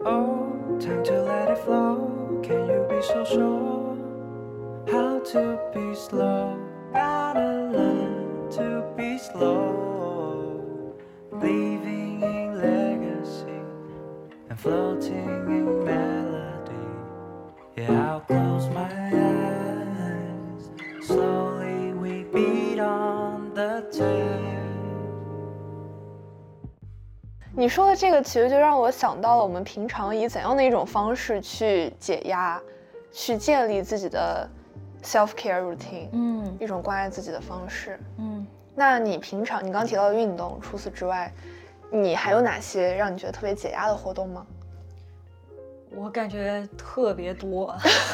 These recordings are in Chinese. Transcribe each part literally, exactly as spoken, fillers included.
Oh, time to let it flow. Can you be so sure how to be slow? Gotta learn to be slow. Leaving in legacy and floating in melody. Yeah, I'll close my eyes. Slowly we beat on the tape. 你说的这个其实就让我想到了我们平常以怎样的一种方式去解压，去建立自己的 self care routine， 嗯， 一种关爱自己的方式。 嗯， 那你平常你刚提到的运动，除此之外，你还有哪些让你觉得特别解压的活动吗？ 我感觉特别多。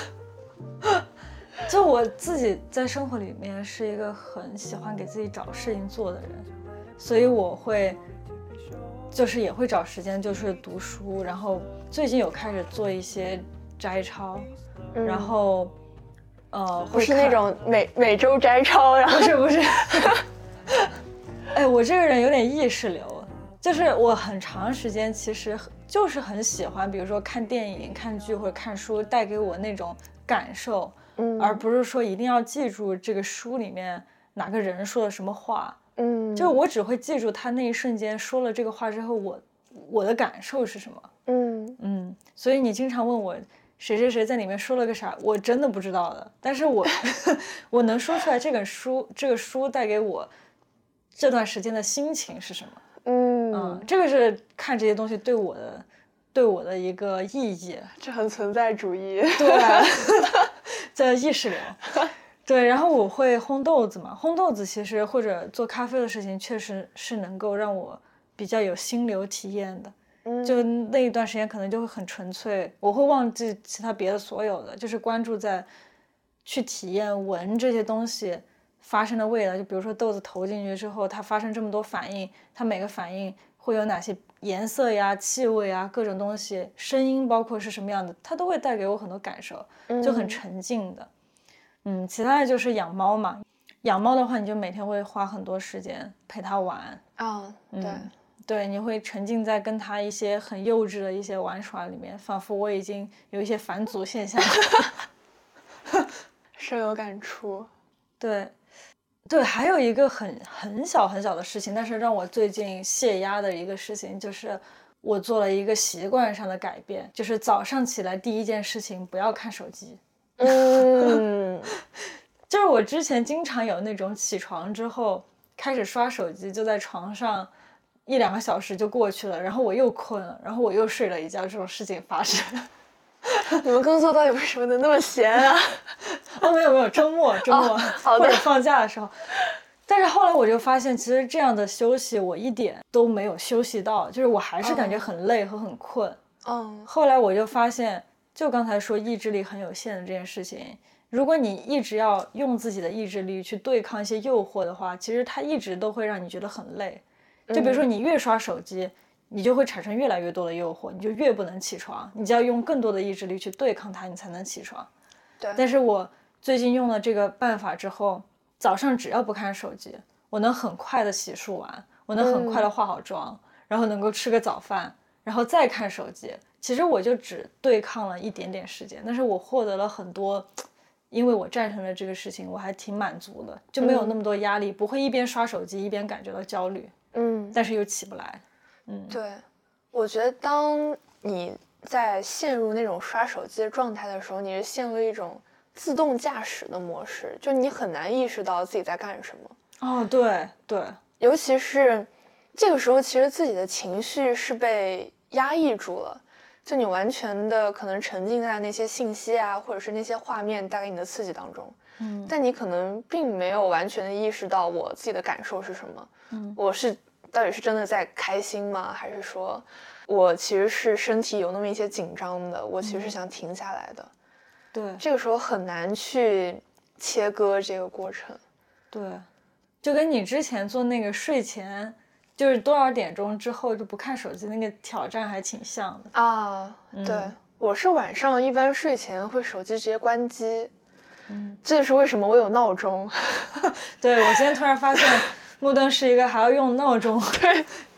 就我自己在生活里面是一个很喜欢给自己找事情做的人，所以我会就是也会找时间就是读书，然后最近有开始做一些摘抄，嗯、然后呃不是那种每每周摘抄，然后不是不是，哎，我这个人有点意识流，就是我很长时间其实就是很喜欢，比如说看电影、看剧或者看书，带给我那种感受，嗯，而不是说一定要记住这个书里面哪个人说了什么话。嗯，就我只会记住他那一瞬间说了这个话之后，我我的感受是什么。嗯嗯，所以你经常问我谁谁谁在里面说了个啥，我真的不知道的。但是我我能说出来这本书，这个书带给我这段时间的心情是什么。嗯嗯，这个是看这些东西对我的对我的一个意义。 这很存在主义。 对，叫意识流。对，然后我会烘豆子嘛，烘豆子其实或者做咖啡的事情，确实是能够让我比较有心流体验的。嗯，就那一段时间可能就会很纯粹，我会忘记其他别的所有的，就是关注在去体验闻这些东西发生的味道。就比如说豆子投进去之后，它发生这么多反应，它每个反应会有哪些颜色呀、气味啊、各种东西，声音包括是什么样的，它都会带给我很多感受，就很沉浸的。嗯，其他的就是养猫嘛，养猫的话，你就每天会花很多时间陪它玩啊、哦，对、 嗯，对，你会沉浸在跟它一些很幼稚的一些玩耍里面，仿佛我已经有一些返祖现象， 深有感触。 对，对，还有一个很很小很小的事情，但是让我最近泄压的一个事情，就是我做了一个习惯上的改变，就是早上起来第一件事情不要看手机。嗯，就是我之前经常有那种起床之后开始刷手机，就在床上一两个小时就过去了，然后我又困了，然后我又睡了一觉，这种事情发生。 你们工作到底为什么能那么闲啊？ 哦，没有没有，周末周末、哦、或者放假的时候。但是后来我就发现，其实这样的休息我一点都没有休息到，就是我还是感觉很累和很困。嗯，后来我就发现。就刚才说意志力很有限的这件事情，如果你一直要用自己的意志力去对抗一些诱惑的话，其实它一直都会让你觉得很累。就比如说你越刷手机、嗯、你就会产生越来越多的诱惑，你就越不能起床，你就要用更多的意志力去对抗它，你才能起床。 对。 但是我最近用了这个办法之后，早上只要不看手机，我能很快的洗漱完，我能很快的化好妆、嗯、然后能够吃个早饭，然后再看手机。其实我就只对抗了一点点时间，但是我获得了很多，因为我战胜了这个事情，我还挺满足的，就没有那么多压力、嗯、不会一边刷手机一边感觉到焦虑，嗯，但是又起不来。嗯， 对，我觉得当你在陷入那种刷手机的状态的时候，你是陷入一种自动驾驶的模式，就你很难意识到自己在干什么。 哦，对对， 尤其是这个时候，其实自己的情绪是被压抑住了。就你完全的可能沉浸在那些信息啊，或者是那些画面带给你的刺激当中，嗯，但你可能并没有完全的意识到我自己的感受是什么，嗯，我是到底是真的在开心吗？还是说我其实是身体有那么一些紧张的，我其实是想停下来的， 对， 这个时候很难去切割这个过程， 对，就跟你之前做那个睡前。就是多少点钟之后就不看手机那个挑战还挺像的啊、嗯、对，我是晚上一般睡前会手机直接关机，嗯，这就是为什么我有闹钟。 对，我今天突然发现木灯是一个还要用闹钟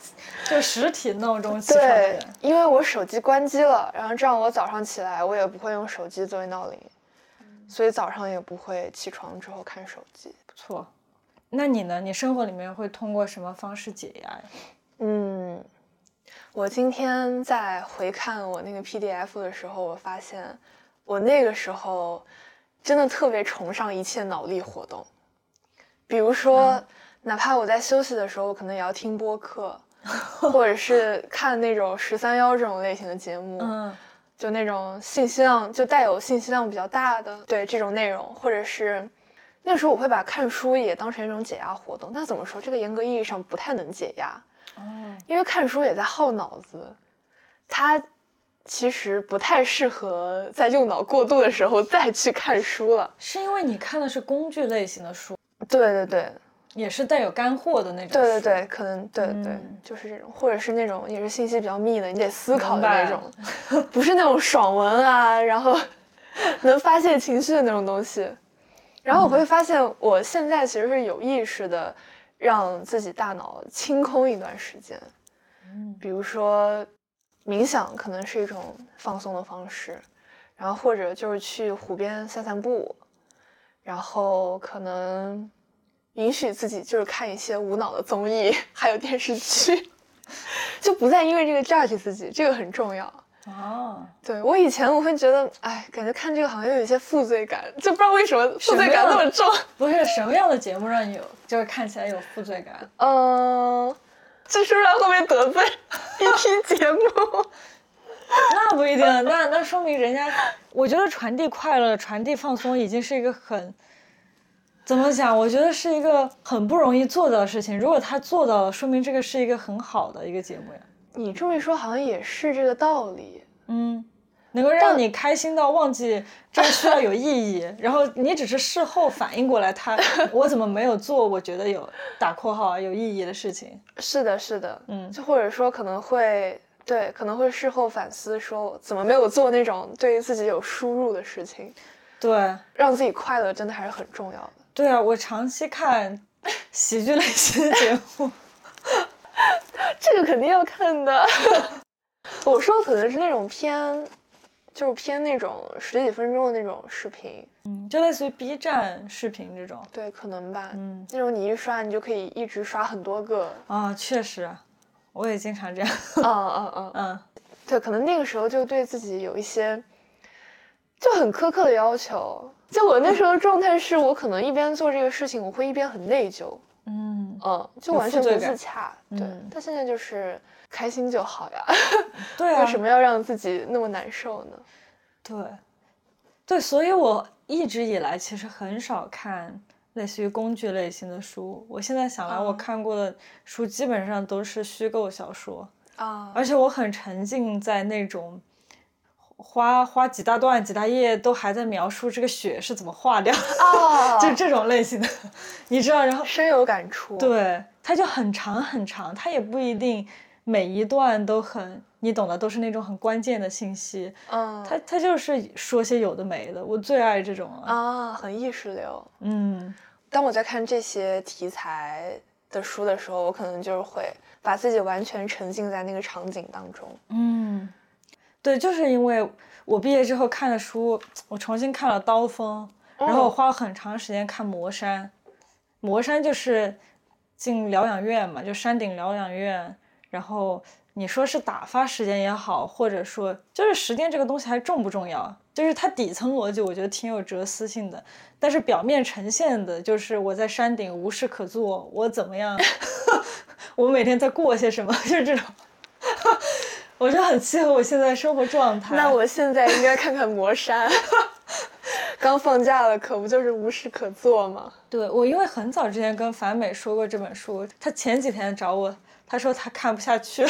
就实体闹钟起床的对人。， 因为我手机关机了，然后这样我早上起来我也不会用手机作为闹铃，所以早上也不会起床之后看手机。 不错。那你呢？你生活里面会通过什么方式解压呀？ 嗯，我今天在回看我那个 P D F 的时候，我发现我那个时候真的特别崇尚一切脑力活动，比如说、嗯、哪怕我在休息的时候，我可能也要听播客，或者是看那种十三幺这种类型的节目， 嗯， 就那种信息量就带有信息量比较大的，对这种内容，或者是那时候我会把看书也当成一种解压活动。但怎么说，这个严格意义上不太能解压， 哦， 因为看书也在耗脑子，它其实不太适合在用脑过度的时候再去看书了。 是因为你看的是工具类型的书？ 对对对， 也是带有干货的那种。 对对对，可能对对、 嗯、 就是这种，或者是那种也是信息比较密的，你得思考的那种，不是那种爽文啊，然后能发泄情绪的那种东西。然后我会发现，我现在其实是有意识的让自己大脑清空一段时间， 嗯， 比如说冥想可能是一种放松的方式，然后或者就是去湖边散散步，然后可能允许自己就是看一些无脑的综艺还有电视剧，就不再因为这个 judge 自己，这个很重要。 哦， 对，我以前我会觉得，哎，感觉看这个好像有一些负罪感，就不知道为什么负罪感那么重。 不是什么样的节目让你有，就是看起来有负罪感？ 嗯、呃，这是不是会不会得罪一批节目？ 那不一定，那那说明人家，我觉得传递快乐、传递放松已经是一个很，怎么讲？我觉得是一个很不容易做到的事情。如果他做到了，说明这个是一个很好的一个节目呀。 你这么一说，好像也是这个道理。 嗯，能够让你开心到忘记这个需要有意义，然后你只是事后反应过来他，他我怎么没有做？我觉得有打括号啊有意义的事情。 是的，是的， 嗯， 就或者说可能会对，可能会事后反思说，怎么没有做那种对于自己有输入的事情。 对， 让自己快乐真的还是很重要的。 对啊，我长期看喜剧类型的节目。 这个肯定要看的。我说可能是那种偏，就是偏那种十几分钟的那种视频， 嗯，就类似于 B 站视频这种。 对，可能吧。 嗯， 那种你一刷，你就可以一直刷很多个。 啊，确实，我也经常这样。 嗯嗯嗯嗯， 对，可能那个时候就对自己有一些就很苛刻的要求。就我那时候的状态是，我可能一边做这个事情，我会一边很内疚。 嗯嗯，就完全不自洽。对、嗯，但现在就是开心就好呀。 对啊， 为什么要让自己那么难受呢？ 对，对，所以我一直以来其实很少看类似于工具类型的书。我现在想来，我看过的书基本上都是虚构小说啊， 而且我很沉浸在那种。花花几大段几大页都还在描述这个雪是怎么化掉啊， 就这种类型的，你知道，然后深有感触。 对，它就很长很长，它也不一定每一段都很，你懂的，都是那种很关键的信息。 嗯， 它它就是说些有的没的，我最爱这种了啊，很意识流。 嗯， 当我在看这些题材的书的时候，我可能就是会把自己完全沉浸在那个场景当中。 嗯。对，就是因为我毕业之后看的书，我重新看了《刀锋》，然后我花了很长时间看《魔山》。魔山就是进疗养院嘛，就山顶疗养院。然后你说是打发时间也好，或者说就是时间这个东西还重不重要？就是它底层逻辑，我觉得挺有哲思性的。但是表面呈现的就是我在山顶无事可做，我怎么样？我每天在过些什么？就是这种。我觉得很契合我现在生活状态。 那我现在应该看看《魔山》。刚放假了，可不就是无事可做吗？ 对，我因为很早之前跟樊美说过这本书，他前几天找我，他说他看不下去。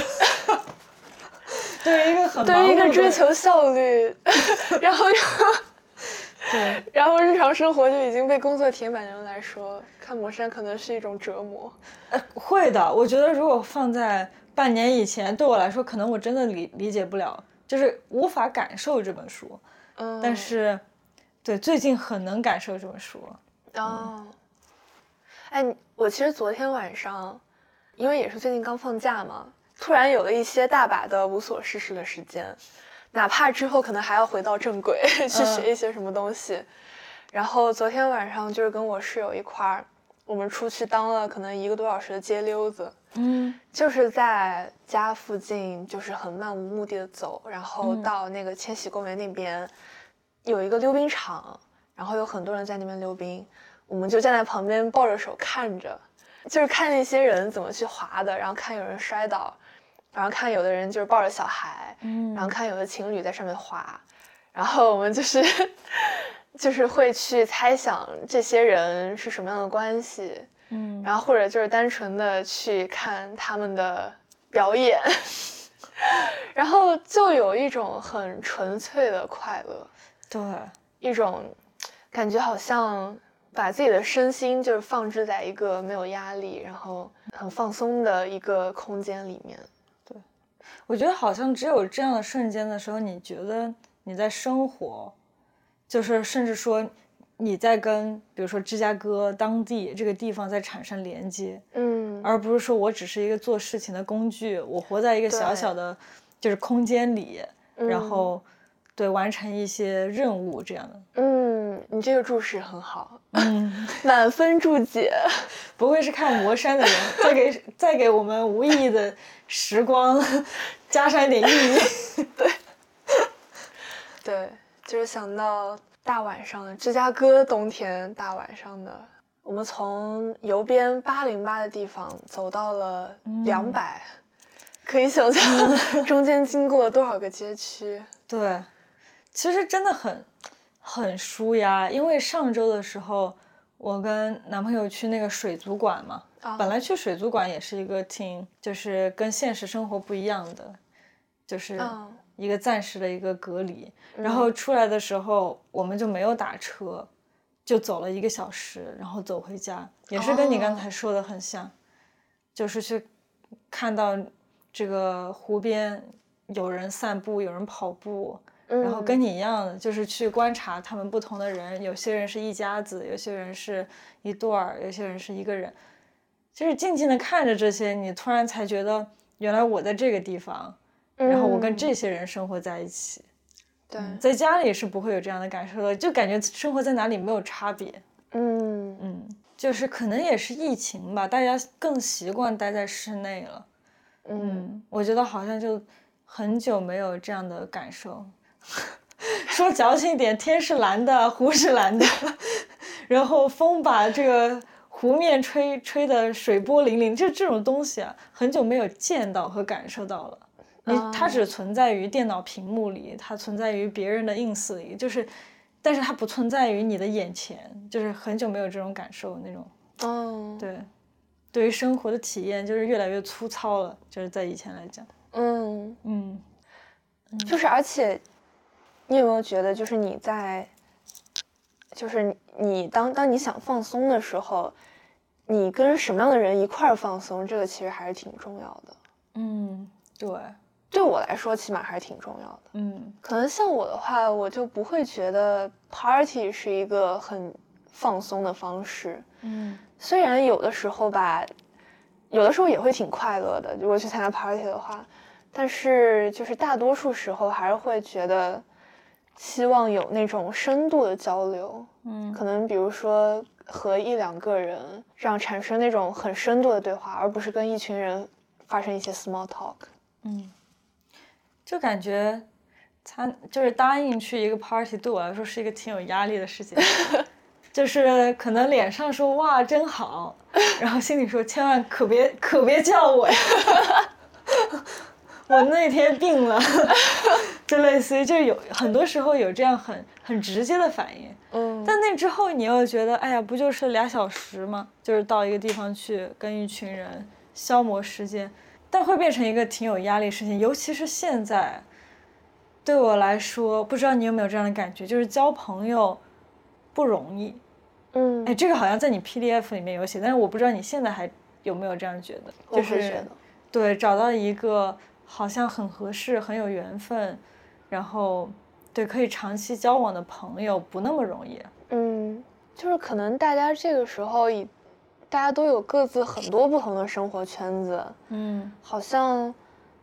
对于一个很对于一个追求效率，然后对， 然后日常生活就已经被工作填满的人来说，看《魔山》可能是一种折磨。 呃，会的，我觉得如果放在半年以前，对我来说，可能我真的理理解不了，就是无法感受这本书。 嗯， 但是，对，最近很能感受这本书。 哦，嗯、哎，我其实昨天晚上，因为也是最近刚放假嘛， 突然有了一些大把的无所事事的时间，哪怕之后可能还要回到正轨去学一些什么东西。嗯、然后昨天晚上就是跟我室友一块儿，我们出去当了可能一个多小时的街溜子， 嗯， 就是在家附近就是很漫无目的的走，然后到那个千禧公园那边有一个溜冰场，然后有很多人在那边溜冰，我们就站在旁边抱着手看着，就是看那些人怎么去滑的，然后看有人摔倒，然后看有的人就是抱着小孩，嗯，然后看有的情侣在上面滑，然后我们就是就是会去猜想这些人是什么样的关系，嗯，然后或者就是单纯的去看他们的表演然后就有一种很纯粹的快乐， 对， 一种感觉好像把自己的身心就是放置在一个没有压力然后很放松的一个空间里面。 对，我觉得好像只有这样的瞬间的时候，你觉得你在生活，就是甚至说你在跟比如说芝加哥当地这个地方在产生连接，嗯，而不是说我只是一个做事情的工具，我活在一个小小的就是空间里，然后对完成一些任务这样的。 嗯，你这个注释很好，嗯，满分注解。 不愧是看魔山的人，再给再给我们无意义的时光加上一点意义。 对，对，就是想到大晚上的芝加哥冬天大晚上的，我们从邮编八零八的地方走到了两百、嗯，可以想象中间经过了多少个街区。 对，其实真的很很舒压，因为上周的时候我跟男朋友去那个水族馆嘛、哦、本来去水族馆也是一个挺就是跟现实生活不一样的，就是一个暂时的一个隔离、嗯、然后出来的时候我们就没有打车，就走了一个小时然后走回家，也是跟你刚才说的很像、哦、就是去看到这个湖边有人散步有人跑步，然后跟你一样的就是去观察他们不同的人，有些人是一家子，有些人是一对儿，有些人是一个人，就是静静的看着这些，你突然才觉得原来我在这个地方，然后我跟这些人生活在一起。 对、 嗯，在家里是不会有这样的感受的，就感觉生活在哪里没有差别。 嗯嗯，就是可能也是疫情吧，大家更习惯待在室内了。嗯，我觉得好像就很久没有这样的感受。说矫情一点，天是蓝的，湖是蓝的，然后风把这个湖面吹吹的水波粼粼，就这种东西啊，很久没有见到和感受到了。你它只存在于电脑屏幕里，它存在于别人的 ins 里，就是但是它不存在于你的眼前，就是很久没有这种感受那种。 嗯， 对，对于生活的体验就是越来越粗糙了，就是在以前来讲。 嗯嗯， 就是而且你有没有觉得就是你在就是你当当你想放松的时候，你跟什么样的人一块儿放松，这个其实还是挺重要的。 嗯，对， 对我来说起码还是挺重要的。 嗯， 可能像我的话，我就不会觉得 party 是一个很放松的方式。 嗯， 虽然有的时候吧，有的时候也会挺快乐的，如果去参加 party 的话，但是就是大多数时候还是会觉得希望有那种深度的交流。嗯，可能比如说和一两个人这样产生那种很深度的对话，而不是跟一群人发生一些 small talk。 嗯，就感觉参就是答应去一个 party 对我来说是一个挺有压力的事情。就是可能脸上说哇真好，然后心里说千万可别可别叫我呀。我那天病了。就类似于就是有很多时候有这样很很直接的反应。嗯，但那之后你又觉得哎呀不就是俩小时吗，就是到一个地方去跟一群人消磨时间，但会变成一个挺有压力的事情。尤其是现在对我来说，不知道你有没有这样的感觉，就是交朋友不容易。嗯，哎，这个好像在你 P D F 里面有写，但是我不知道你现在还有没有这样觉得。 我会觉得对，找到一个好像很合适很有缘分，然后对可以长期交往的朋友不那么容易。 嗯，就是可能大家这个时候大家都有各自很多不同的生活圈子。嗯，好像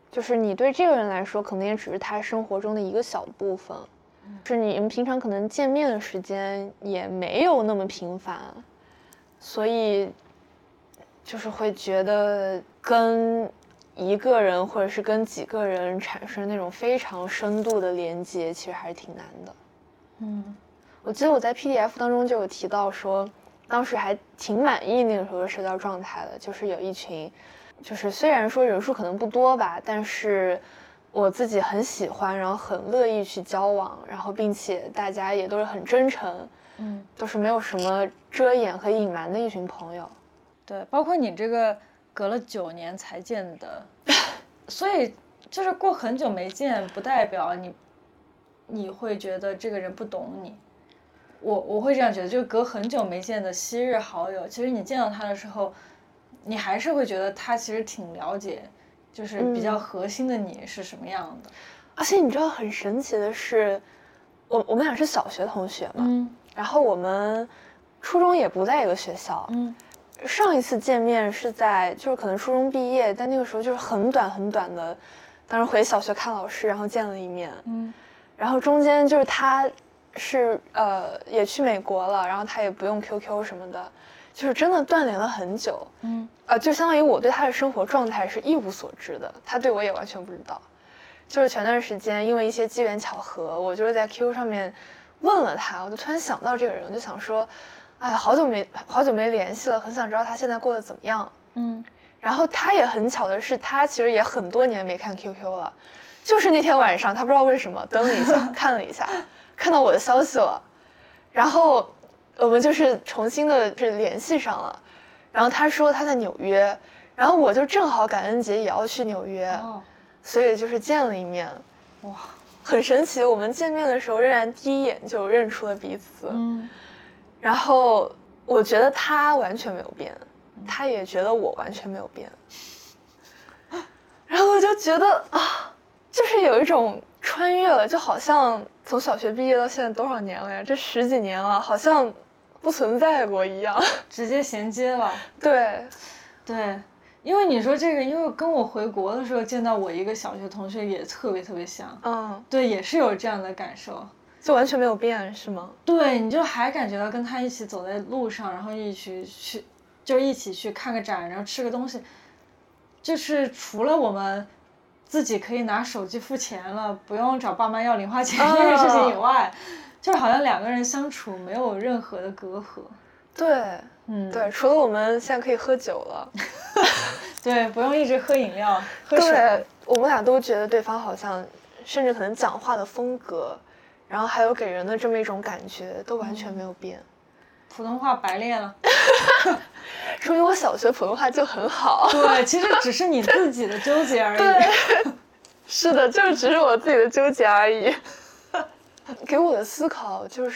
就是你对这个人来说，可能也只是他生活中的一个小部分，是你们平常可能见面的时间也没有那么频繁，所以就是会觉得跟一个人或者是跟几个人产生那种非常深度的连接，其实还是挺难的。 嗯， 我记得我在 P D F 当中就有提到说，当时还挺满意那个时候的社交状态的，就是有一群，就是虽然说人数可能不多吧，但是我自己很喜欢，然后很乐意去交往，然后并且大家也都是很真诚， 嗯， 都是没有什么遮掩和隐瞒的一群朋友。 对，包括你这个隔了九年才见的，所以就是过很久没见，不代表你你会觉得这个人不懂你。我我会这样觉得，就隔很久没见的昔日好友，其实你见到他的时候，你还是会觉得他其实挺了解，就是比较核心的你是什么样的。 嗯、而且你知道很神奇的是，我我们俩是小学同学嘛， 嗯， 然后我们初中也不在一个学校， 嗯， 上一次见面是在就是可能初中毕业，但那个时候就是很短很短的，当时回小学看老师，然后见了一面， 嗯， 然后中间就是他是呃也去美国了，然后他也不用 Q Q 什么的，就是真的断联了很久， 嗯， 呃就相当于我对他的生活状态是一无所知的，他对我也完全不知道。就是前段时间因为一些机缘巧合，我就是在 Q Q 上面问了他，我就突然想到这个人，我就想说，哎，好久没好久没联系了，很想知道他现在过得怎么样。 嗯， 然后他也很巧的是，他其实也很多年没看 Q Q 了，就是那天晚上，他不知道为什么登了一下，看了一下，看到我的消息了，然后我们就是重新的是联系上了。然后他说他在纽约，然后我就正好感恩节也要去纽约， 哦， 所以就是见了一面。 哇， 很神奇，我们见面的时候仍然第一眼就认出了彼此。 嗯， 然后我觉得他完全没有变，他也觉得我完全没有变。然后我就觉得啊，就是有一种穿越了，就好像从小学毕业到现在多少年了呀？这十几年了，好像不存在过一样。 直接衔接了。 对， 对，因为你说这个，因为跟我回国的时候见到我一个小学同学也特别特别像， 嗯， 对，也是有这样的感受。 就完全没有变，是吗？ 对，你就还感觉到跟他一起走在路上，然后一起去，就一起去看个展，然后吃个东西，就是除了我们自己可以拿手机付钱了，不用找爸妈要零花钱这件事情以外，就是好像两个人相处没有任何的隔阂。 对， 嗯， 对，除了我们现在可以喝酒了。 对，不用一直喝饮料、喝水。 对，我们俩都觉得对方好像，甚至可能讲话的风格，然后还有给人的这么一种感觉，都完全没有变。 普通话白练了。 说明我小学普通话就很好。 对，其实只是你自己的纠结而已。 对，是的，就是只是我自己的纠结而已。给我的思考就是，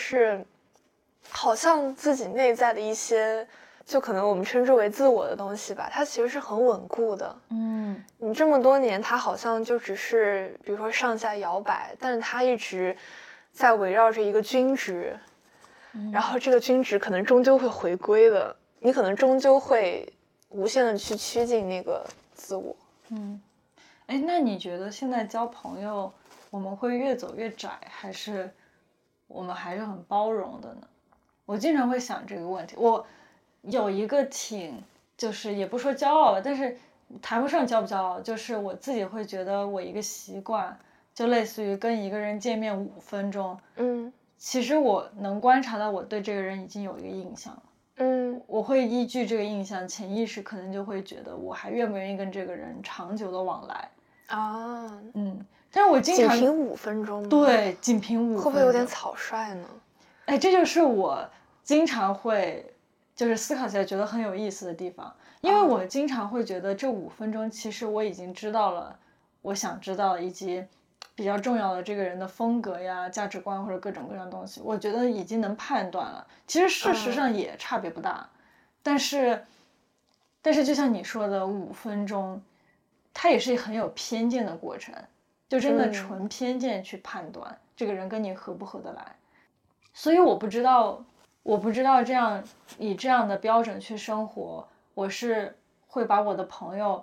好像自己内在的一些，就可能我们称之为自我的东西吧，它其实是很稳固的。 嗯， 你这么多年，它好像就只是，比如说上下摇摆，但是它一直在围绕着一个均值， 嗯、 然后这个均值可能终究会回归的，你可能终究会无限的去趋近那个自我。 嗯，哎，那你觉得现在交朋友，我们会越走越窄，还是我们还是很包容的呢？我经常会想这个问题。我有一个挺，就是也不说骄傲吧，但是谈不上骄不骄傲，就是我自己会觉得我一个习惯，就类似于跟一个人见面五分钟， 嗯， 其实我能观察到我对这个人已经有一个印象了。 嗯， 我会依据这个印象，潜意识可能就会觉得我还愿不愿意跟这个人长久的往来啊， 嗯，但是我经常仅凭五分钟吗？ 对，仅凭五分钟会不会有点草率呢？ 哎，这就是我经常会就是思考起来觉得很有意思的地方，因为我经常会觉得这五分钟其实我已经知道了我想知道以及比较重要的这个人的风格呀、价值观或者各种各样的东西，我觉得已经能判断了。其实事实上也差别不大，嗯、但是，但是就像你说的，五分钟，它也是很有偏见的过程，就真的纯偏见去判断、嗯、这个人跟你合不合得来。所以我不知道，我不知道这样以这样的标准去生活，我是会把我的朋友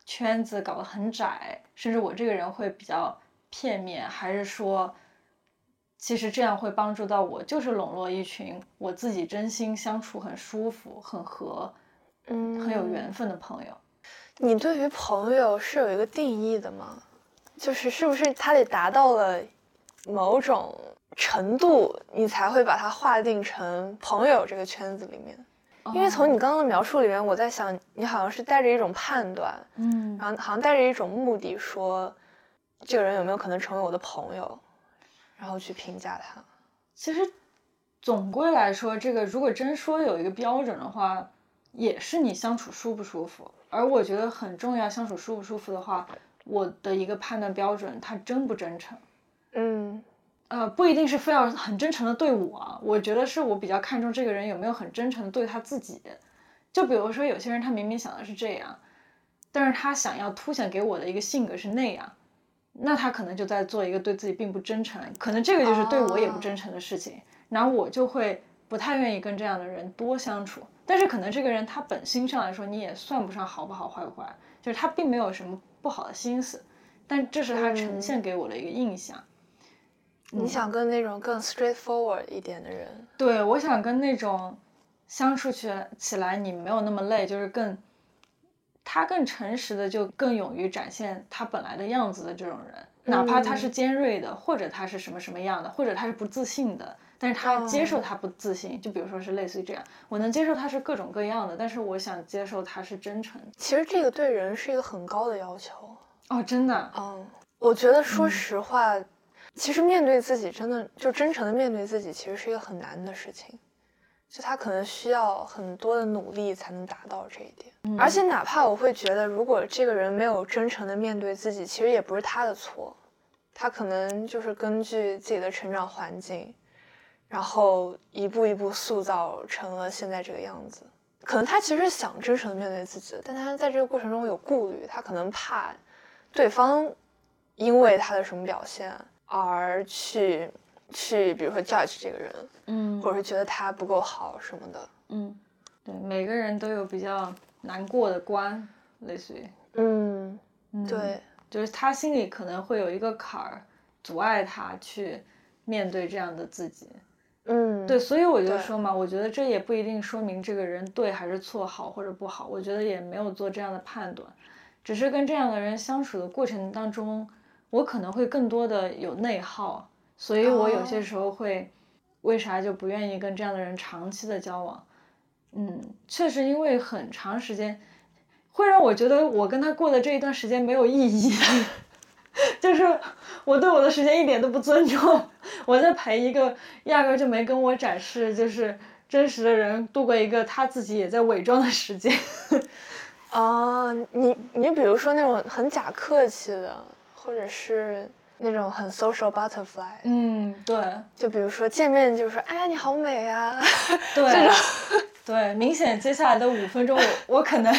圈子搞得很窄，甚至我这个人会比较片面，还是说其实这样会帮助到我，就是笼络一群我自己真心相处很舒服、很合、 嗯， 很有缘分的朋友。 你对于朋友是有一个定义的吗？就是是不是他得达到了某种程度，你才会把它划定成朋友这个圈子里面？因为从你刚刚的描述里面，我在想，你好像是带着一种判断， 嗯， 然后好像带着一种目的，说这个人有没有可能成为我的朋友，然后去评价他。 其实总归来说，这个如果真说有一个标准的话，也是你相处舒不舒服。而我觉得很重要，相处舒不舒服的话，我的一个判断标准，他真不真诚。 嗯， 呃，不一定是非要很真诚的对我啊，我觉得是我比较看重这个人有没有很真诚的对他自己。就比如说有些人他明明想的是这样，但是他想要凸显给我的一个性格是那样，那他可能就在做一个对自己并不真诚，可能这个就是对我也不真诚的事情，哦、然后我就会不太愿意跟这样的人多相处。但是可能这个人他本心上来说你也算不上好不好坏不坏，就是他并没有什么不好的心思，但这是他呈现给我的一个印象。 嗯、你想跟那种更 straightforward 一点的人？ 对，我想跟那种相处起起来你没有那么累，就是更他更诚实的，就更勇于展现他本来的样子的这种人，哪怕他是尖锐的，或者他是什么什么样的，或者他是不自信的，但是他接受他不自信，就比如说是类似于这样，我能接受他是各种各样的，但是我想接受他是真诚。 其实这个对人是一个很高的要求。 哦，真的。 嗯，我觉得说实话、嗯、其实面对自己真的就真诚的面对自己其实是一个很难的事情，就他可能需要很多的努力才能达到这一点、嗯、而且哪怕我会觉得如果这个人没有真诚的面对自己，其实也不是他的错，他可能就是根据自己的成长环境然后一步一步塑造成了现在这个样子。可能他其实想真诚的面对自己，但他在这个过程中有顾虑，他可能怕对方因为他的什么表现而去去比如说 judge 这个人， 嗯， 或者是觉得他不够好什么的。 嗯，对，每个人都有比较难过的关，类似于嗯, 嗯对， 就是他心里可能会有一个坎儿阻碍他去面对这样的自己。 嗯， 对，所以我就说嘛，我觉得这也不一定说明这个人对还是错，好或者不好，我觉得也没有做这样的判断，只是跟这样的人相处的过程当中，我可能会更多的有内耗，所以我有些时候会、哦、为啥就不愿意跟这样的人长期的交往。嗯，确实因为很长时间会让我觉得我跟他过的这一段时间没有意义就是我对我的时间一点都不尊重，我在陪一个压根就没跟我展示就是真实的人度过一个他自己也在伪装的时间哦，你你比如说那种很假客气的，或者是那种很 social butterfly。 嗯，对， 就比如说见面就说哎呀你好美啊， 对这种对，明显接下来的五分钟我我可能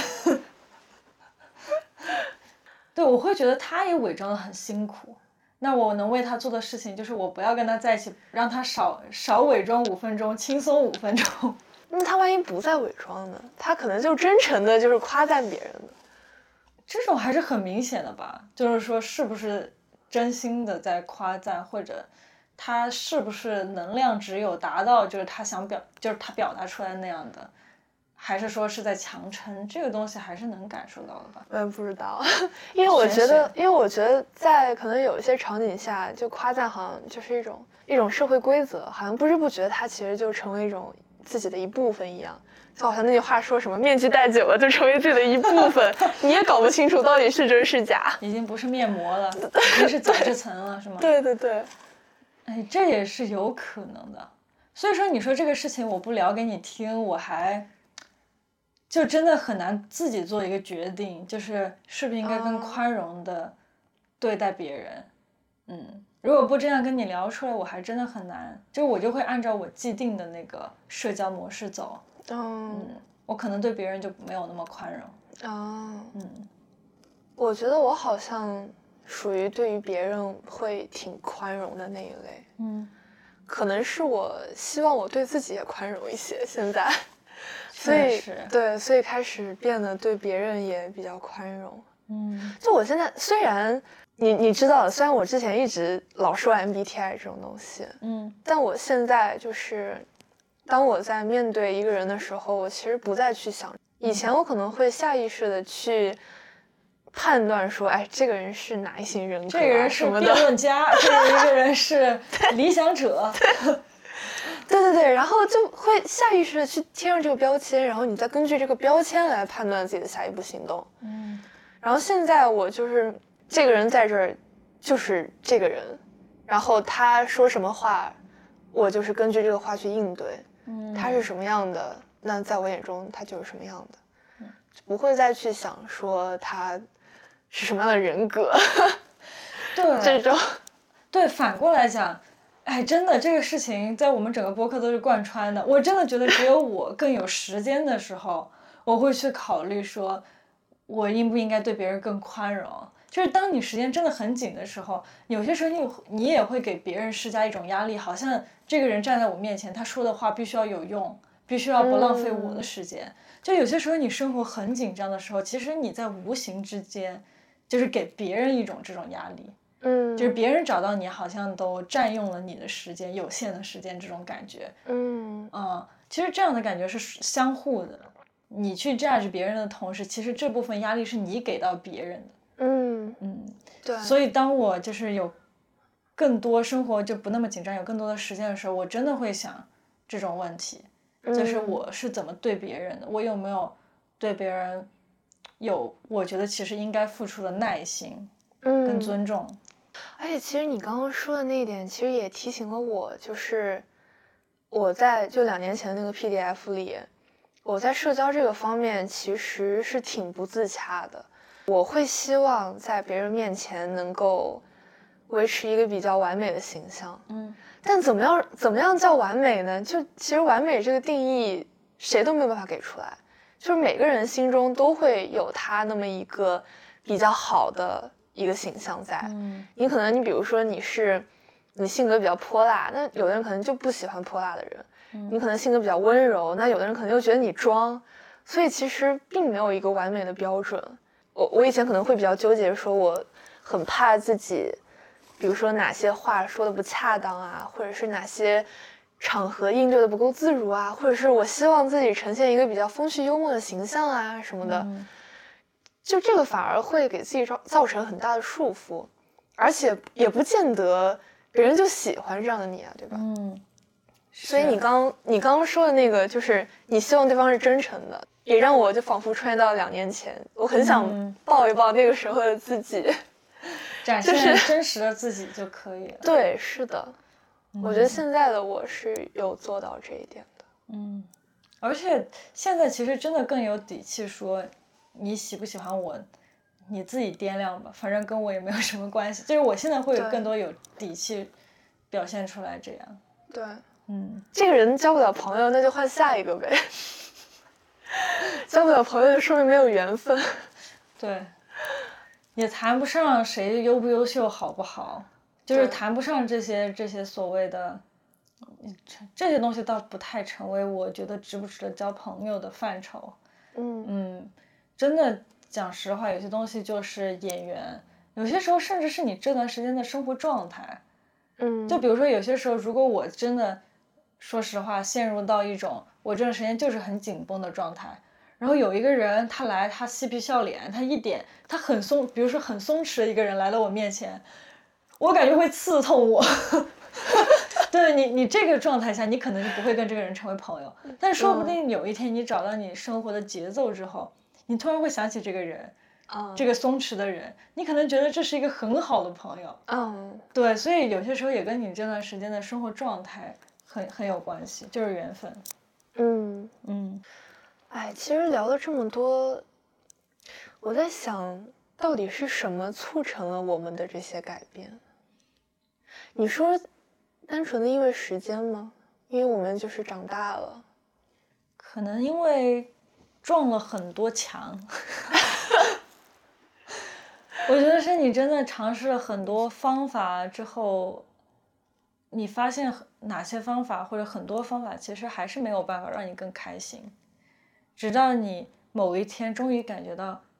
对，我会觉得他也伪装得很辛苦，那我能为他做的事情就是我不要跟他在一起，让他少少伪装五分钟，轻松五分钟。 那他万一不再伪装呢？他可能就真诚的就是夸赞别人的， 这种还是很明显的吧，就是说是不是真心的在夸赞，或者他是不是能量只有达到就是他想表就是他表达出来那样的，还是说是在强撑，这个东西还是能感受到的吧。 我也不知道，因为我觉得因为我觉得在可能有一些场景下，就夸赞好像就是一种一种社会规则，好像不知不觉它其实就成为一种自己的一部分一样，就好像那句话说什么面具戴久了就成为自己的一部分你也搞不清楚到底是真是假， 已经不是面膜了，已经是角质层了是吗？ 对对对， 哎，这也是有可能的。所以说你说这个事情我不聊给你听，我还就真的很难自己做一个决定，就是是不是应该更宽容的对待别人。嗯，如果不这样跟你聊出来，我还真的很难，就我就会按照我既定的那个社交模式走。 嗯， 嗯，我可能对别人就没有那么宽容。 哦， 嗯， 我觉得我好像属于对于别人会挺宽容的那一类。 嗯， 可能是我希望我对自己也宽容一些，现在。所以对，所以开始变得对别人也比较宽容。 嗯， 就我现在虽然你你知道，虽然我之前一直老说 M B T I 这种东西， 嗯， 但我现在就是当我在面对一个人的时候，我其实不再去想，以前我可能会下意识的去判断说，哎，这个人是哪一型人格、啊， 这个人是辩论家，这一个人是理想者。 对对对，然后就会下意识的去贴上这个标签，然后你再根据这个标签来判断自己的下一步行动。 嗯， 然后现在我就是这个人在这儿，就是这个人，然后他说什么话，我就是根据这个话去应对。 嗯， 他是什么样的，那在我眼中他就是什么样的，嗯，不会再去想说他是什么样的人格。 对， 这种， 对，反过来讲。哎，真的，这个事情在我们整个播客都是贯穿的。我真的觉得，只有我更有时间的时候，我会去考虑说，我应不应该对别人更宽容。就是当你时间真的很紧的时候，有些时候你你也会给别人施加一种压力，好像这个人站在我面前，他说的话必须要有用，必须要不浪费我的时间。嗯、就有些时候你生活很紧张的时候，其实你在无形之间，就是给别人一种这种压力。 嗯， 就是别人找到你好像都占用了你的时间，有限的时间这种感觉。 嗯嗯，其实这样的感觉是相互的。你去 judge 别人的同时，其实这部分压力是你给到别人的。 嗯嗯， 对。 所以当我就是有更多生活就不那么紧张，有更多的时间的时候，我真的会想这种问题，就是我是怎么对别人的，我有没有对别人有我觉得其实应该付出的耐心跟尊重。 嗯而且其实你刚刚说的那一点，其实也提醒了我，就是我在就两年前的那个 P D F 里，我在社交这个方面其实是挺不自洽的。我会希望在别人面前能够维持一个比较完美的形象， 嗯， 但怎么样怎么样叫完美呢？就其实完美这个定义谁都没有办法给出来，就是每个人心中都会有他那么一个比较好的一个形象在。 嗯， 你可能你比如说你是你性格比较泼辣，那有的人可能就不喜欢泼辣的人。 嗯、 你可能性格比较温柔，那有的人可能又觉得你装。所以其实并没有一个完美的标准。我我以前可能会比较纠结，说我很怕自己比如说哪些话说的不恰当啊，或者是哪些场合应对的不够自如啊，或者是我希望自己呈现一个比较风趣幽默的形象啊什么的， 嗯、 就这个反而会给自己造造成很大的束缚，而且也不见得别人就喜欢这样的你啊，对吧？ 嗯， 所以你刚你刚刚说的那个，就是你希望对方是真诚的，也让我就仿佛穿越到两年前，我很想抱一抱那个时候的自己。 展现真实的自己就可以了。 对，是的，嗯、我觉得现在的我是有做到这一点的。 嗯，而且现在其实真的更有底气说，你喜不喜欢我，你自己掂量吧，反正跟我也没有什么关系。就是我现在会有更多有底气表现出来这样。 对， 嗯， 这个人交不了朋友，那就换下一个呗。交不了朋友就说明没有缘分。 对。也谈不上谁优不优秀好不好，就是谈不上这些这些所谓的这些东西倒不太成为我觉得值不值得交朋友的范畴。 嗯嗯，真的讲实话，有些东西就是眼缘，有些时候甚至是你这段时间的生活状态。 嗯， 就比如说有些时候，如果我真的说实话陷入到一种我这段时间就是很紧绷的状态。然后有一个人他来，他嬉皮笑脸，他一点他很松，比如说很松弛的一个人来到我面前，我感觉会刺痛我。对你，你这个状态下，你可能就不会跟这个人成为朋友。但说不定有一天你找到你生活的节奏之后，你突然会想起这个人， 嗯， 这个松弛的人，你可能觉得这是一个很好的朋友。 嗯， 对，所以有些时候也跟你这段时间的生活状态很很有关系，就是缘分。 嗯嗯。 哎，其实聊了这么多，我在想到底是什么促成了我们的这些改变？你说单纯的因为时间吗？因为我们就是长大了， 可能因为撞了很多墙。我觉得是你真的尝试了很多方法之后，你发现哪些方法或者很多方法其实还是没有办法让你更开心，直到你某一天终于感觉到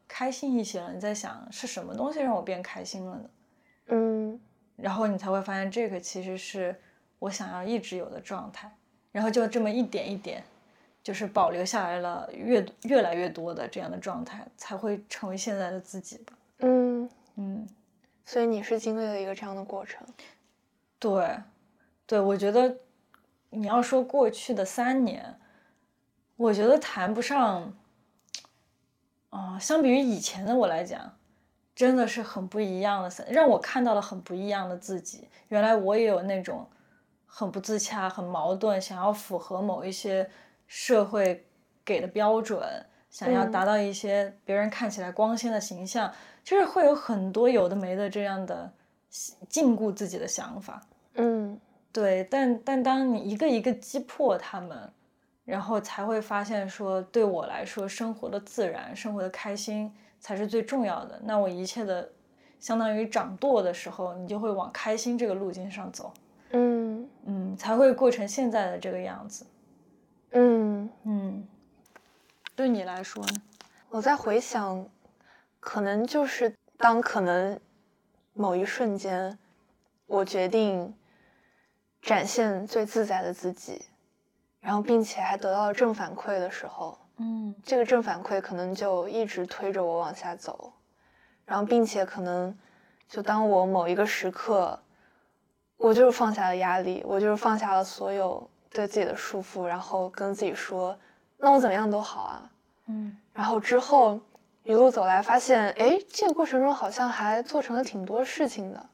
开心一些了，你在想是什么东西让我变开心了呢？ 嗯， 然后你才会发现这个其实是我想要一直有的状态，然后就这么一点一点，就是保留下来了越越来越多的这样的状态，才会成为现在的自己吧。 嗯嗯， 所以你是经历了一个这样的过程。 对，对，我觉得你要说过去的三年，我觉得谈不上，啊、呃，相比于以前的我来讲，真的是很不一样的，让我看到了很不一样的自己。原来我也有那种很不自洽、很矛盾，想要符合某一些社会给的标准，想要达到一些别人看起来光鲜的形象，嗯、就是会有很多有的没的这样的禁锢自己的想法。 嗯， 对，但但当你一个一个击破他们，然后才会发现说，对我来说，生活的自然、生活的开心才是最重要的。那我一切的，相当于掌舵的时候，你就会往开心这个路径上走。 嗯嗯，才会过成现在的这个样子。 嗯嗯，对你来说呢？ 我在回想，可能就是当可能某一瞬间，我决定展现最自在的自己，然后并且还得到了正反馈的时候， 嗯， 这个正反馈可能就一直推着我往下走，然后并且可能就当我某一个时刻，我就是放下了压力，我就是放下了所有对自己的束缚，然后跟自己说，那我怎么样都好啊。 嗯， 然后之后一路走来发现，哎，这个过程中好像还做成了挺多事情的，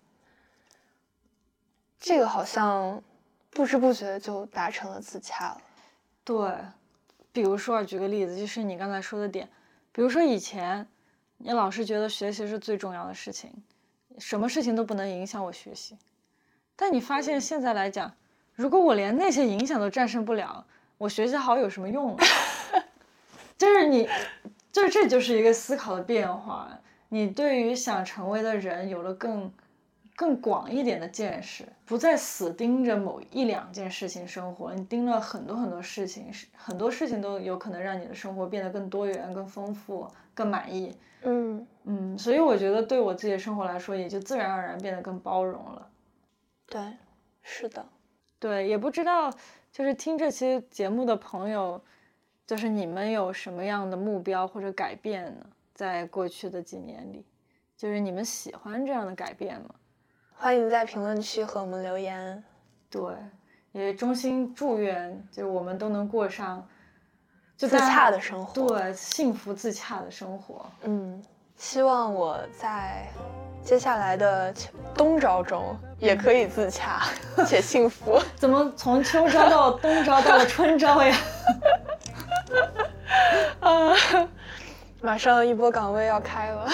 这个好像不知不觉就达成了自洽了。 对，比如说举个例子，就是你刚才说的点，比如说以前你老是觉得学习是最重要的事情，什么事情都不能影响我学习，但你发现现在来讲，如果我连那些影响都战胜不了，我学习好有什么用呢？就是你，就是这就是一个思考的变化。你对于想成为的人有了更更广一点的见识，不再死盯着某一两件事情生活，你盯了很多很多事情，很多事情都有可能让你的生活变得更多元、更丰富、更满意。 嗯嗯，所以我觉得对我自己的生活来说，也就自然而然变得更包容了。 对，是的。 对，也不知道就是听这期节目的朋友，就是你们有什么样的目标或者改变呢？在过去的几年里，就是你们喜欢这样的改变吗？ 欢迎在评论区和我们留言。 对，也衷心祝愿，就是我们都能过上就自洽的生活。 对，幸福自洽的生活。 嗯，希望我在接下来的冬招中也可以自洽且幸福。 怎么从秋招到冬招到了春招呀？ 啊，马上一波岗位要开了。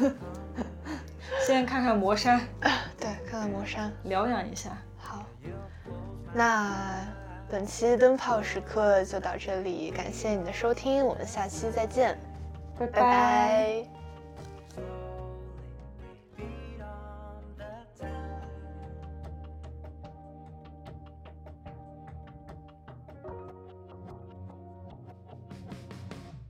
先看看魔山， 对，看看魔山， 疗养一下。 好，那本期灯泡时刻就到这里，感谢你的收听，我们下期再见， 拜拜拜。